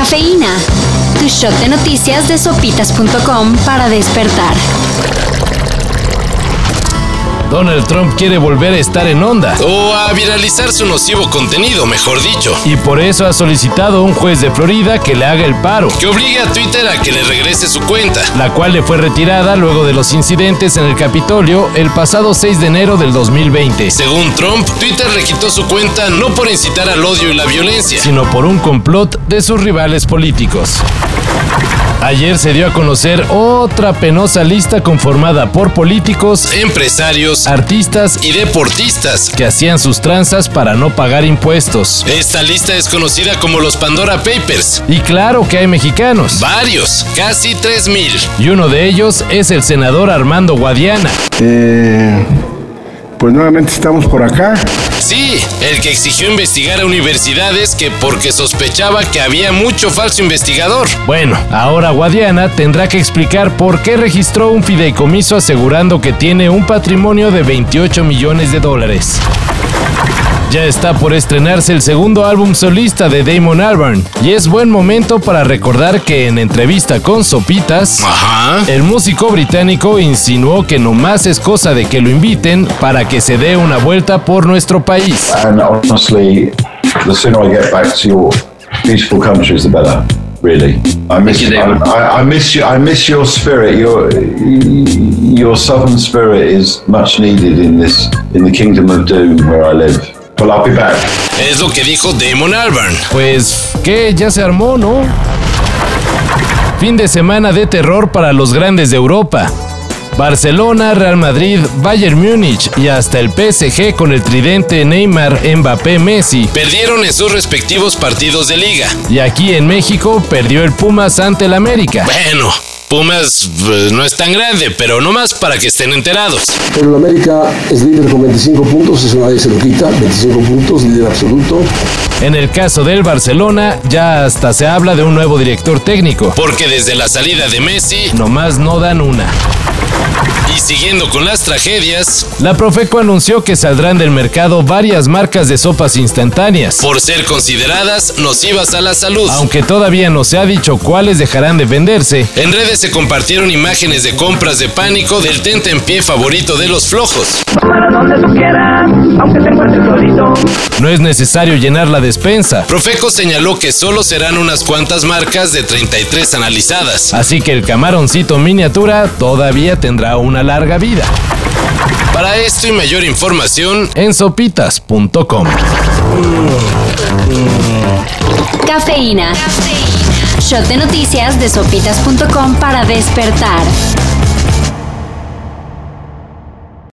Cafeína, tu shot de noticias de sopitas.com para despertar. Donald Trump quiere volver a estar en onda. O a viralizar su nocivo contenido, mejor dicho. Y por eso ha solicitado a un juez de Florida que le haga el paro. Que obligue a Twitter a que le regrese su cuenta. La cual le fue retirada luego de los incidentes en el Capitolio el pasado 6 de enero del 2020. Según Trump, Twitter le quitó su cuenta no por incitar al odio y la violencia, sino por un complot de sus rivales políticos. Ayer se dio a conocer otra penosa lista conformada por políticos, empresarios, artistas y deportistas que hacían sus tranzas para no pagar impuestos. Esta lista es conocida como los Pandora Papers. Y claro que hay mexicanos. Varios, casi 3,000. Y uno de ellos es el senador Armando Guadiana. Pues nuevamente estamos por acá. Sí, el que exigió investigar a universidades que porque sospechaba que había mucho falso investigador. Bueno, ahora Guadiana tendrá que explicar por qué registró un fideicomiso asegurando que tiene un patrimonio de $28 millones. Ya está por estrenarse el segundo álbum solista de Damon Albarn, y es buen momento para recordar que en entrevista con Sopitas, el músico británico insinuó que nomás es cosa de que lo inviten para que se dé una vuelta por nuestro país. And honestly, the sooner I get back to your beautiful countries, the better. Really, I miss you. I miss your spirit. Your southern spirit is much needed in the kingdom of doom where I live. Well, I'll be back. Es lo que dijo Damon Albarn. Pues, ¿qué? Ya se armó, ¿no? Fin de semana de terror para los grandes de Europa. Barcelona, Real Madrid, Bayern Múnich y hasta el PSG con el tridente Neymar, Mbappé, Messi perdieron en sus respectivos partidos de liga. Y aquí en México perdió el Pumas ante el América. Bueno, Pumas no es tan grande, pero nomás para que estén enterados. Pero el América es líder con 25 puntos, eso nadie se lo quita, 25 puntos, líder absoluto. En el caso del Barcelona, ya hasta se habla de un nuevo director técnico. Porque desde la salida de Messi, nomás no dan una. Y siguiendo con las tragedias, la Profeco anunció que saldrán del mercado varias marcas de sopas instantáneas por ser consideradas nocivas a la salud. Aunque todavía no se ha dicho cuáles dejarán de venderse. En redes se compartieron imágenes de compras de pánico del tentempié favorito de los flojos. Para donde tú quieras, aunque te encuentres solito. No es necesario llenar la despensa. Profeco señaló que solo serán unas cuantas marcas de 33 analizadas. Así que el camaroncito miniatura todavía tendrá una larga vida. Para esto y mayor información en sopitas.com. Cafeína. Shot de noticias de sopitas.com para despertar.